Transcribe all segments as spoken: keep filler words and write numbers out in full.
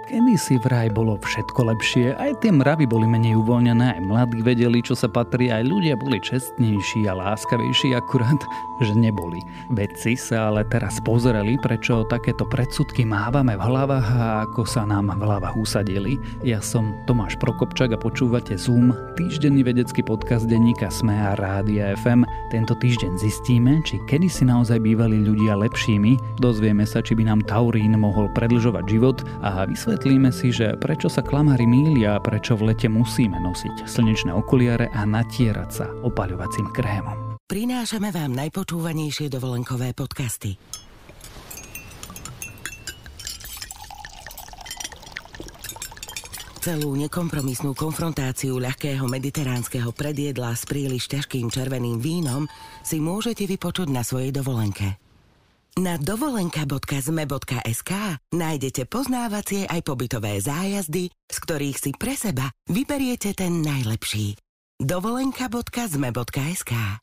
Kedysi vraj bolo všetko lepšie, aj tie mravy boli menej uvoľnené, aj mladí vedeli, čo sa patrí, aj ľudia boli čestnejší a láskavejší, akurát, že neboli. Vedci sa ale teraz pozreli, prečo takéto predsudky mávame v hlavách a ako sa nám v hlavách usadili. Ja som Tomáš Prokopčák a počúvate Zoom, týždenný vedecký podcast denníka SME a Rádia ef em. Tento týždeň zistíme, či kedysi naozaj bývali ľudia lepšími, dozvieme sa, či by nám taurín mohol predĺžovať život a vysvetlíme si, že prečo sa klamári mýlia a prečo v lete musíme nosiť slnečné okuliare a natierať sa opaľovacím krémom. Prinášame vám najpočúvanejšie dovolenkové podcasty. Celú nekompromisnú konfrontáciu ľahkého mediteránskeho predjedla s príliš ťažkým červeným vínom si môžete vypočuť na svojej dovolenke. Na dovolenka bodka zme bodka es ká nájdete poznávacie aj pobytové zájazdy, z ktorých si pre seba vyberiete ten najlepší. dovolenka bodka zme bodka es ká.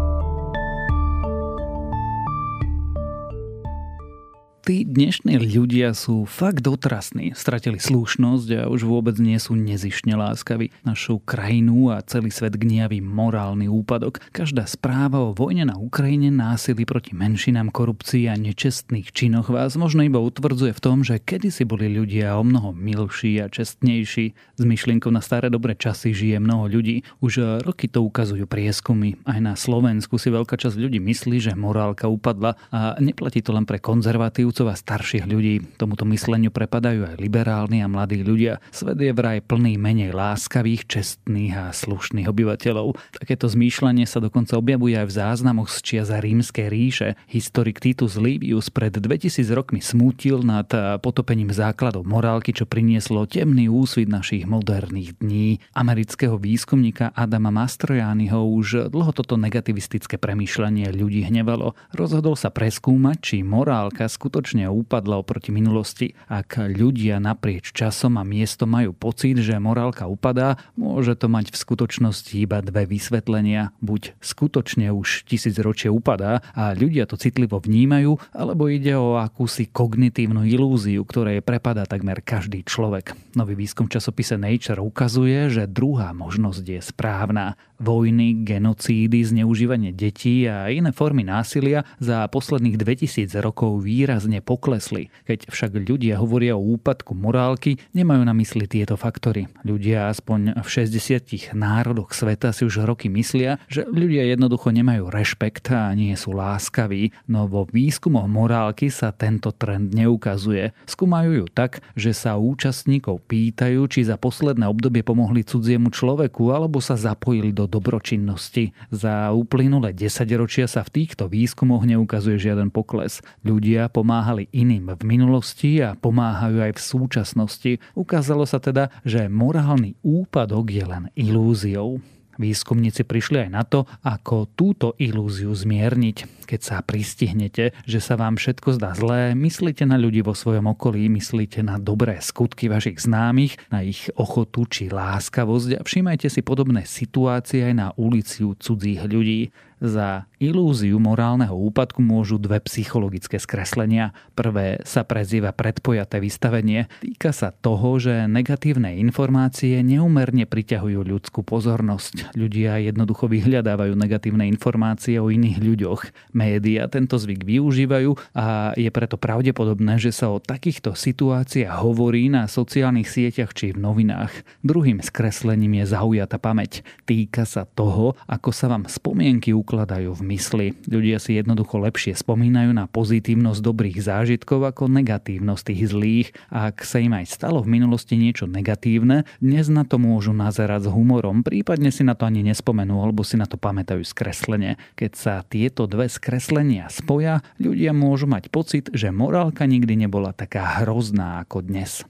Tí dnešní ľudia sú fakt otrasní, stratili slušnosť a už vôbec nie sú nezištne láskaví. Našu krajinu a celý svet gniaví morálny úpadok. Každá správa o vojne na Ukrajine, násilí proti menšinám, korupcii a nečestných činoch vás možno iba utvrdzuje v tom, že kedysi boli ľudia o mnoho milší a čestnejší. S myšlienkou na staré dobré časy žije mnoho ľudí. Už roky to ukazujú prieskumy. Aj na Slovensku si veľká časť ľudí myslí, že morálka upadla a neplatí to len pre konzervatívcov a starších ľudí. Tomuto mysleniu prepadajú aj liberálni a mladí ľudia. Svet je vraj plný menej láskavých, čestných a slušných obyvateľov. Takéto zmýšľanie sa dokonca objavuje aj v záznamoch z čias Rímskej ríše. Historik Titus Livius pred dvetisíc rokmi smútil nad potopením základov morálky, čo prinieslo temný úsvit našich moderných dní. Amerického výskumníka Adama Mastrojányho už dlho toto negativistické premýšľanie ľudí hnevalo. Rozhodol sa preskúmať, či morálka skutočne upadla oproti minulosti. Ak ľudia naprieč časom a miestom majú pocit, že morálka upadá, môže to mať v skutočnosti iba dve vysvetlenia. Buď skutočne už tisícročie upadá a ľudia to citlivo vnímajú, alebo ide o akúsi kognitívnu ilúziu, ktorej prepadá takmer každý človek. Nový výskum v časopise Nature ukazuje, že druhá možnosť je správna. Vojny, genocídy, zneužívanie detí a iné formy násilia za posledných dvetisíc rokov výrazne poklesli. Keď však ľudia hovoria o úpadku morálky, nemajú na mysli tieto faktory. Ľudia aspoň v šesťdesiatich národoch sveta si už roky myslia, že ľudia jednoducho nemajú rešpekt a nie sú láskaví, no vo výskumoch morálky sa tento trend neukazuje. Skúmajú ju tak, že sa účastníkov pýtajú, či za posledné obdobie pomohli cudziemu človeku alebo sa zapojili do dobročinnosti. Za uplynulé desaťročia sa v týchto výskumoch neukazuje žiaden pokles. Ľudia pomáhali iným v minulosti a pomáhajú aj v súčasnosti. Ukázalo sa teda, že morálny úpadok je len ilúziou. Výskumníci prišli aj na to, ako túto ilúziu zmierniť. Keď sa pristihnete, že sa vám všetko zdá zlé, myslíte na ľudí vo svojom okolí, myslíte na dobré skutky vašich známych, na ich ochotu či láskavosť a všímajte si podobné situácie aj na ulici u cudzích ľudí. Za ilúziu morálneho úpadku môžu dve psychologické skreslenia. Prvé sa prezýva predpojaté vystavenie. Týka sa toho, že negatívne informácie neúmerne priťahujú ľudskú pozornosť. Ľudia jednoducho vyhľadávajú negatívne informácie o iných ľuďoch. Média tento zvyk využívajú a je preto pravdepodobné, že sa o takýchto situáciách hovorí na sociálnych sieťach či v novinách. Druhým skreslením je zaujatá pamäť. Týka sa toho, ako sa vám spomienky ukladajú v mysli. Ľudia si jednoducho lepšie spomínajú na pozitívnosť dobrých zážitkov ako negatívnosť tých zlých. A ak sa im aj stalo v minulosti niečo negatívne, dnes na to môžu nazerať s humorom, prípadne si na to ani nespomenú, alebo si na to pamätajú skreslene. Keď sa tieto dve skreslenia spoja, ľudia môžu mať pocit, že morálka nikdy nebola taká hrozná ako dnes.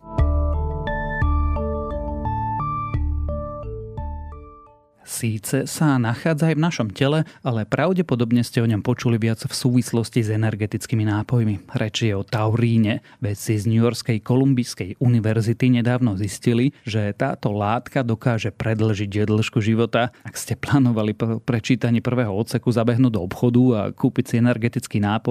Síce sa nachádza aj v našom tele, ale pravdepodobne ste o ňom počuli viac v súvislosti s energetickými nápojmi. Reč je o tauríne. Vedci z Newyorskej Kolumbijskej univerzity nedávno zistili, že táto látka dokáže predĺžiť dĺžku života. Ak ste plánovali po prečítaní prvého odseku zabehnúť do obchodu a kúpiť si energetický nápoj,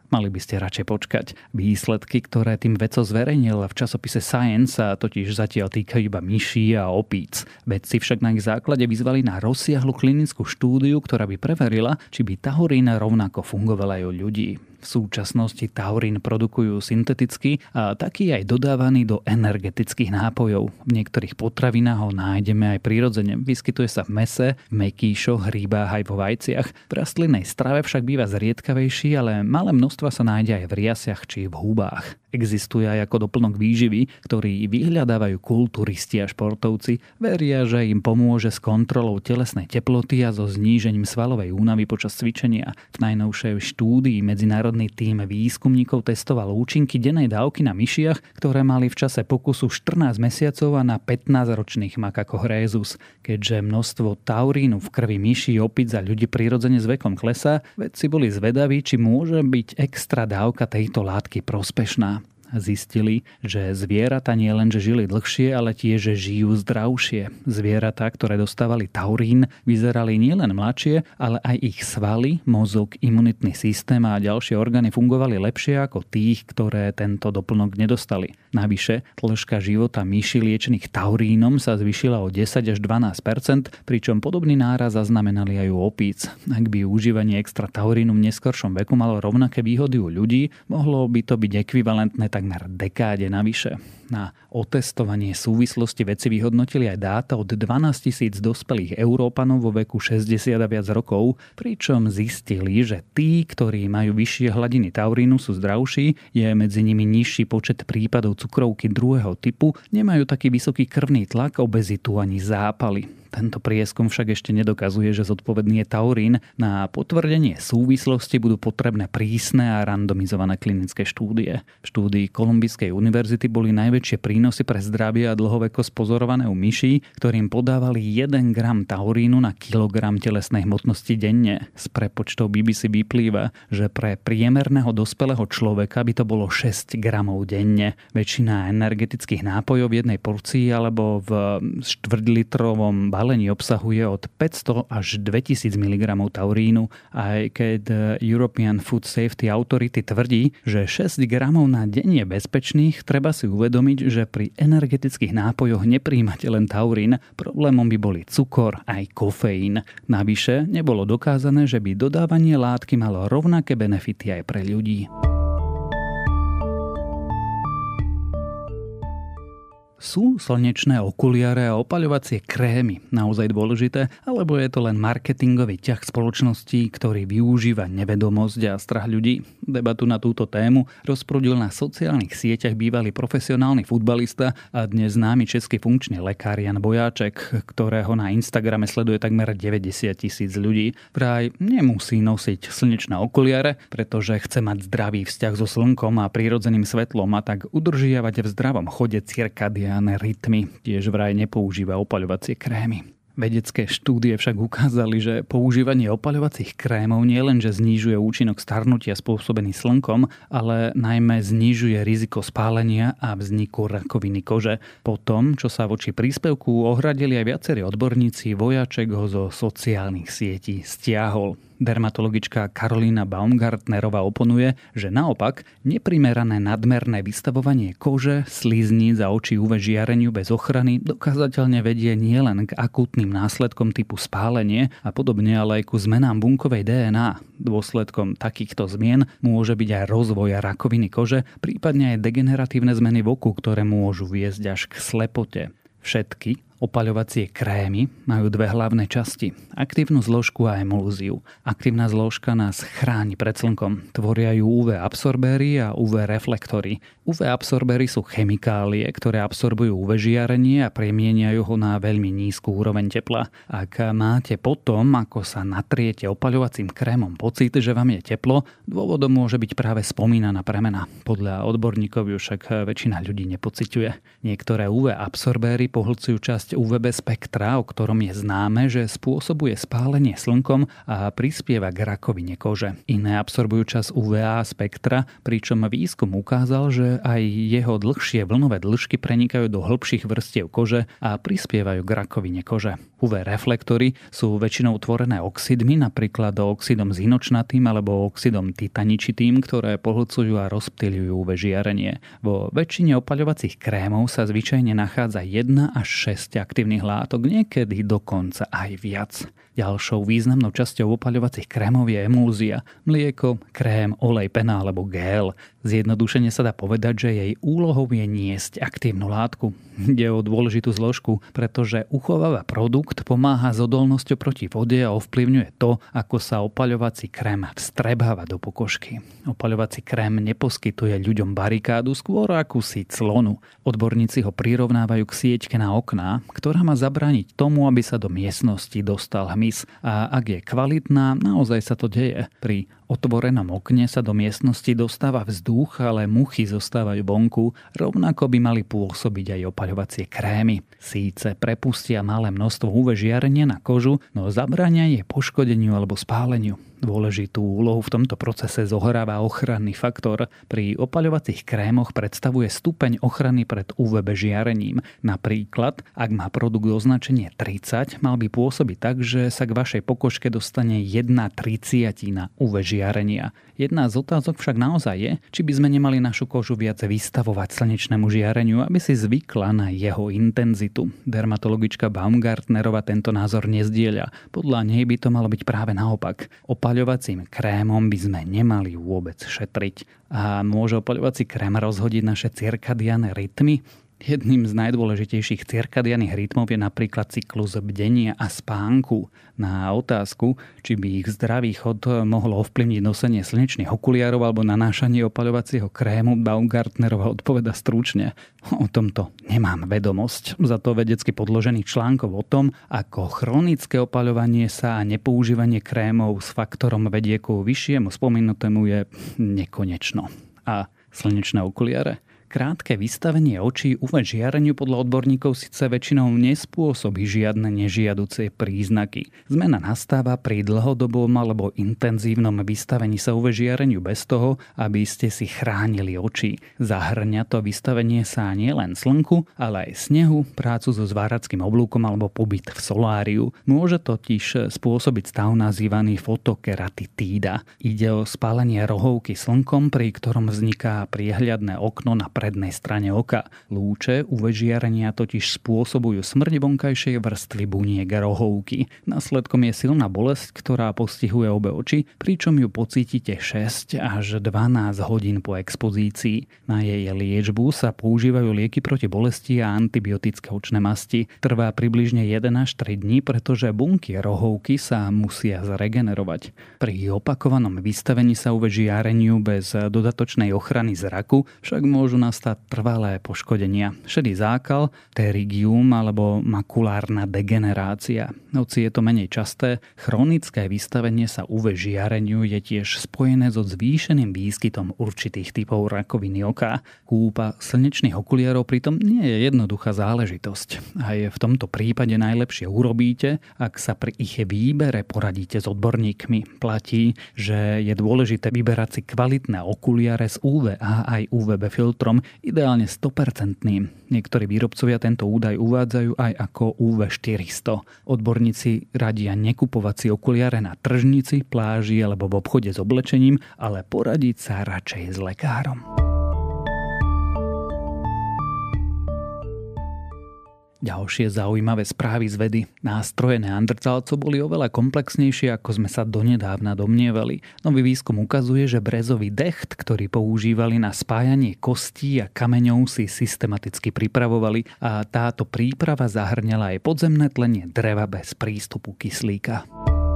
Mali by ste radšej počkať. Výsledky, ktoré tým vedco zverejnil v časopise Science, sa totiž zatiaľ týkajú iba myší a opíc. Vedci však na ich základe vyzvali na rozsiahlu klinickú štúdiu, ktorá by preverila, či by taurín rovnako fungoval aj u ľudí. V súčasnosti taurín produkujú synteticky a taký aj dodávaný do energetických nápojov. V niektorých potravinách ho nájdeme aj prirodzene. Vyskytuje sa v mese, v mäkýšoch, rybách aj vo vajciach. V rastlinnej strave však býva zriedkavejší, ale malé množstva sa nájde aj v riasiach či v húbách. Existuje aj ako doplnok výživy, ktorý vyhľadávajú kulturisti a športovci. Veria, že im pomôže s kontrolou telesnej teploty a so znížením svalovej únavy počas cvičenia. V najnovšej štúdii medzinárodný tím výskumníkov testoval účinky dennej dávky na myšiach, ktoré mali v čase pokusu štrnásť mesiacov a na pätnásťročných makakoch rhesus. Keďže množstvo taurínu v krvi myší, opíc a ľudí prirodzene s vekom klesá, vedci boli zvedaví, či môže byť extra dávka tejto látky prospešná. Zistili, že zvieratá nie len že žili dlhšie, ale tiež že žijú zdravšie. Zvieratá, ktoré dostávali taurín, vyzerali nielen mladšie, ale aj ich svaly, mozog, imunitný systém a ďalšie orgány fungovali lepšie ako tých, ktoré tento doplnok nedostali. Navyše, dĺžka života myší liečených taurínom sa zvýšila o desať až dvanásť percent, pričom podobný náraz zaznamenali aj u opíc. Ak by užívanie extra taurínu v neskoršom veku malo rovnaké výhody u ľudí, mohlo by to byť ekvivalentné takmer dekáde navyše. Na otestovanie súvislosti vedci vyhodnotili aj dáta od dvanásťtisíc dospelých Európanov vo veku šesťdesiat a viac rokov, pričom zistili, že tí, ktorí majú vyššie hladiny taurínu, sú zdravší, je medzi nimi nižší počet prípadov cukrovky druhého typu, nemajú taký vysoký krvný tlak, obezitu ani zápaly. Tento prieskum však ešte nedokazuje, že zodpovedný je taurín. Na potvrdenie súvislosti budú potrebné prísne a randomizované klinické štúdie. V štúdii Kolumbijskej univerzity boli najväčšie prínosy pre zdravie a dlhovekosť pozorované u myší, ktorým podávali jeden gram taurínu na kilogram telesnej hmotnosti denne. Z prepočtov bé bé cé vyplýva, že pre priemerného dospelého človeka by to bolo šesť gramov denne. Väčšina energetických nápojov v jednej porcii alebo v štvrťlitrovom balení obsahuje od päťsto až dvetisíc miligramov taurínu, aj keď European Food Safety Authority tvrdí, že šesť gramov na deň je bezpečných, treba si uvedomiť, že pri energetických nápojoch nepríjmate len taurín, problémom by boli cukor aj kofeín. Navyše nebolo dokázané, že by dodávanie látky malo rovnaké benefity aj pre ľudí. Sú slnečné okuliare a opaľovacie krémy naozaj dôležité, alebo je to len marketingový ťah spoločnosti, ktorý využíva nevedomosť a strach ľudí? Debatu na túto tému rozprúdil na sociálnych sieťach bývalý profesionálny futbalista a dnes známy český funkčný lekár Jan Bojáček, ktorého na Instagrame sleduje takmer deväťdesiat tisíc ľudí. Vraj nemusí nosiť slnečné okuliare, pretože chce mať zdravý vzťah so slnkom a prírodzeným svetlom a tak udržiavať v zdravom chode cirkadiánne rytmy. Tiež vraj nepoužíva opaľovacie krémy. Vedecké štúdie však ukázali, že používanie opaľovacích krémov nielenže znižuje účinok starnutia spôsobený slnkom, ale najmä znižuje riziko spálenia a vzniku rakoviny kože. Po tom, čo sa voči príspevku ohradili aj viacerí odborníci, Vojaček ho zo sociálnych sietí stiahol. Dermatologička Karolína Baumgartnerová oponuje, že naopak neprimerané nadmerné vystavovanie kože, slizníc a očí ú vé žiareniu bez ochrany dokázateľne vedie nielen k akútnym následkom typu spálenie a podobne, ale aj ku zmenám bunkovej dé en á. Dôsledkom takýchto zmien môže byť aj rozvoj rakoviny kože, prípadne aj degeneratívne zmeny v oku, ktoré môžu viesť až k slepote. Všetky opaľovacie krémy majú dve hlavné časti. Aktívnu zložku a emulziu. Aktívna zložka nás chráni pred slnkom. Tvoria ju ú vé absorbéry a ú vé reflektory. ú vé absorbéry sú chemikálie, ktoré absorbujú ú vé žiarenie a premieňajú ho na veľmi nízku úroveň tepla. Ak máte potom, ako sa natriete opaľovacím krémom, pocit, že vám je teplo, dôvodom môže byť práve spomínaná premena. Podľa odborníkov ju však väčšina ľudí nepociťuje. Niektoré ú vé absorbéry pohlcujú časť časť ú vé bé spektra, o ktorom je známe, že spôsobuje spálenie slnkom a prispieva k rakovine kože. Iné absorbujú časť ú vé á spektra, pričom výskum ukázal, že aj jeho dlhšie vlnové dĺžky prenikajú do hĺbších vrstiev kože a prispievajú k rakovine kože. ú vé reflektory sú väčšinou tvorené oxidmi, napríklad oxidom zinočnatým alebo oxidom titaničitým, ktoré pohlcujú a rozptýľujú ú vé žiarenie. Vo väčšine opaľovacích krémov sa zvyčajne nachádza jedna až šesť aktívnych látok, niekedy dokonca aj viac. Ďalšou významnou časťou opaľovacích krémov je emúzia, mlieko, krém, olej, pena alebo gel. Zjednodušene sa dá povedať, že jej úlohou je niesť aktívnu látku. Ide o dôležitú zložku, pretože uchováva produkt, pomáha s odolnosťou proti vode a ovplyvňuje to, ako sa opaľovací krém vstrebáva do pokožky. Opaľovací krém neposkytuje ľuďom barikádu, skôr akúsi clonu. Odborníci ho prirovnávajú k sieťke na okná, ktorá má zabrániť tomu, aby sa do miestnosti dostal hmyz. A ak je kvalitná, naozaj sa to deje. Pri otvorenom okne sa do miestnosti dostáva vzduch, ale muchy zostávajú vonku, rovnako by mali pôsobiť aj opaľovacie krémy. Síce prepustia malé množstvo ú vé žiarenia na kožu, no zabránia jej poškodeniu alebo spáleniu. Dôležitú úlohu v tomto procese zohráva ochranný faktor. Pri opaľovacích krémoch predstavuje stupeň ochrany pred ú vé bé žiarením. Napríklad, ak má produkt označenie tridsať, mal by pôsobiť tak, že sa k vašej pokožke dostane jedna tridsiatina ú vé žiarenia. Jedna z otázok však naozaj je, či by sme nemali našu kožu viac vystavovať slnečnému žiareniu, aby si zvykla na jeho intenzitu. Dermatologička Baumgartnerova tento názor nezdieľa. Podľa nej by to malo byť práve naopak. Opaľovacím krémom by sme nemali vôbec šetriť. A môže opaľovací krém rozhodiť naše cirkadiánne rytmy? Jedným z najdôležitejších cirkadiánnych rytmov je napríklad cyklus bdenia a spánku. Na otázku, či by ich zdravý chod mohlo ovplyvniť nosenie slnečných okuliarov alebo nanášanie opaľovacieho krému, Baumgartnerova odpoveda stručne: o tomto nemám vedomosť. Za to vedecky podložených článkov o tom, ako chronické opaľovanie sa a nepoužívanie krémov s faktorom vedie ku vyššiemu spomenutému je nekonečno. A slnečné okuliare? Krátke vystavenie očí ú vé žiareniu podľa odborníkov síce väčšinou nespôsobí žiadne nežiaduce príznaky. Zmena nastáva pri dlhodobom alebo intenzívnom vystavení sa ú vé žiareniu bez toho, aby ste si chránili oči. Zahŕňa to vystavenie sa nielen slnku, ale aj snehu, prácu so zvárackým oblúkom alebo pobyt v soláriu. Môže totiž spôsobiť stav nazývaný fotokeratitída. Ide o spálenie rohovky slnkom, pri ktorom vzniká priehľadné okno na prednej strane oka. Lúče ú vé žiarenia totiž spôsobujú smrť vonkajšej vrstvy buniek rohovky. Následkom je silná bolesť, ktorá postihuje obe oči, pričom ju pocítite šesť až dvanásť hodín po expozícii. Na jej liečbu sa používajú lieky proti bolesti a antibiotické očné masti. Trvá približne jeden až tri dni, pretože bunky rohovky sa musia zregenerovať. Pri opakovanom vystavení sa ú vé žiareniu bez dodatočnej ochrany zraku však môžu nastať trvalé poškodenia, šedý zákal, pterygium alebo makulárna degenerácia. Hoci je to menej časté, chronické vystavenie sa ú vé žiareniu je tiež spojené so zvýšeným výskytom určitých typov rakoviny oka. Kúpa slnečných okuliarov pritom nie je jednoduchá záležitosť. A je v tomto prípade najlepšie urobíte, ak sa pri ich výbere poradíte s odborníkmi. Platí, že je dôležité vyberať si kvalitné okuliare s ú vé á aj ú vé bé filtrom, ideálne sto percent. Niektorí výrobcovia tento údaj uvádzajú aj ako ú vé štyristo. Odborníci radia nekupovať si okuliare na tržnici, pláži alebo v obchode s oblečením, ale poradiť sa radšej s lekárom. Ďalšie zaujímavé správy z vedy. Nástroje neandertálcov boli oveľa komplexnejšie, ako sme sa donedávna domnievali. Nový výskum ukazuje, že brezový decht, ktorý používali na spájanie kostí a kameňov, si systematicky pripravovali a táto príprava zahŕňala aj podzemné tlenie dreva bez prístupu kyslíka.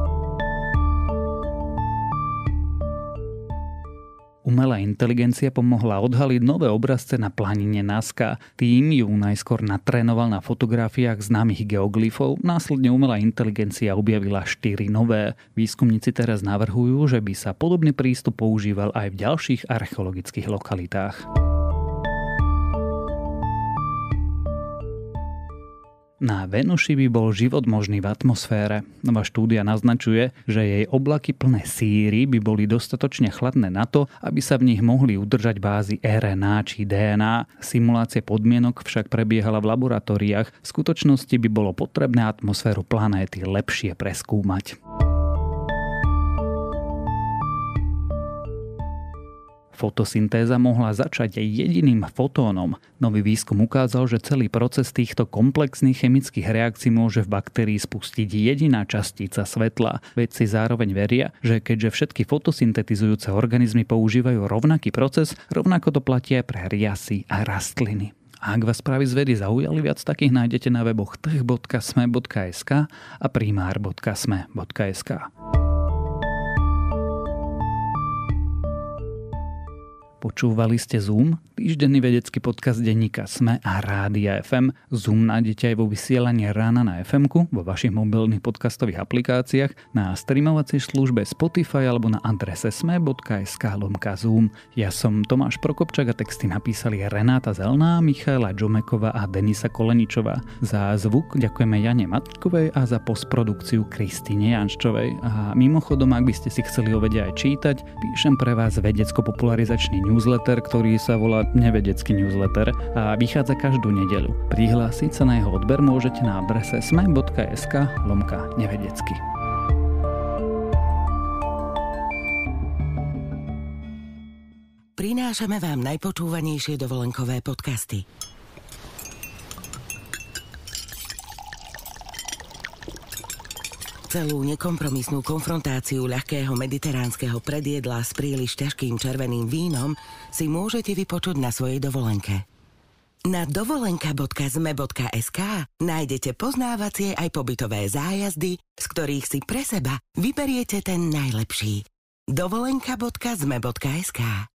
Umelá inteligencia pomohla odhaliť nové obrazce na planine Nazca. Tým ju najskôr natrénoval na fotografiách známych geoglyfov, následne umelá inteligencia objavila štyri nové. Výskumníci teraz navrhujú, že by sa podobný prístup používal aj v ďalších archeologických lokalitách. Na Venuši by bol život možný v atmosfére. Nová štúdia naznačuje, že jej oblaky plné síry by boli dostatočne chladné na to, aby sa v nich mohli udržať bázy er en á či dé en á. Simulácie podmienok však prebiehala v laboratóriách. V skutočnosti by bolo potrebné atmosféru planéty lepšie preskúmať. Fotosyntéza mohla začať jediným fotónom. Nový výskum ukázal, že celý proces týchto komplexných chemických reakcií môže v baktérii spustiť jediná častica svetla. Vedci zároveň veria, že keďže všetky fotosyntetizujúce organizmy používajú rovnaký proces, rovnako to platí aj pre riasy a rastliny. A ak vás správy z vedy zaujali, viac takých nájdete na weboch trh bodka sme bodka es ká a primár bodka sme bodka es ká. Počúvali ste Zoom, týždenný vedecký podcast denníka SME a Rádia ef em. Zoom nájdete aj vo vysielaní rána na ef emku, vo vašich mobilných podcastových aplikáciách, na streamovacej službe Spotify alebo na adrese sme bodka es ká lomka zoom. Ja som Tomáš Prokopčák a texty napísali Renáta Zelná, Michaela Džomeková a Denisa Koleničová. Za zvuk ďakujeme Jane Matkovej a za postprodukciu Kristine Janščovej. A mimochodom, ak by ste si chceli o vede aj čítať, píšem pre vás vedecko-popularizačný newsletter, ktorý sa volá Nevedecký newsletter a vychádza každú nedeľu. Prihlásiť sa na jeho odber môžete na adrese sme bodka es ká lomka nevedecky. Prinášame vám najpočúvanejšie dovolenkové podcasty. Celú nekompromisnú konfrontáciu ľahkého mediteránskeho predjedla s príliš ťažkým červeným vínom si môžete vypočuť na svojej dovolenke. Na dovolenka bodka sme bodka es ká nájdete poznávacie aj pobytové zájazdy, z ktorých si pre seba vyberiete ten najlepší. dovolenka bodka sme bodka es ká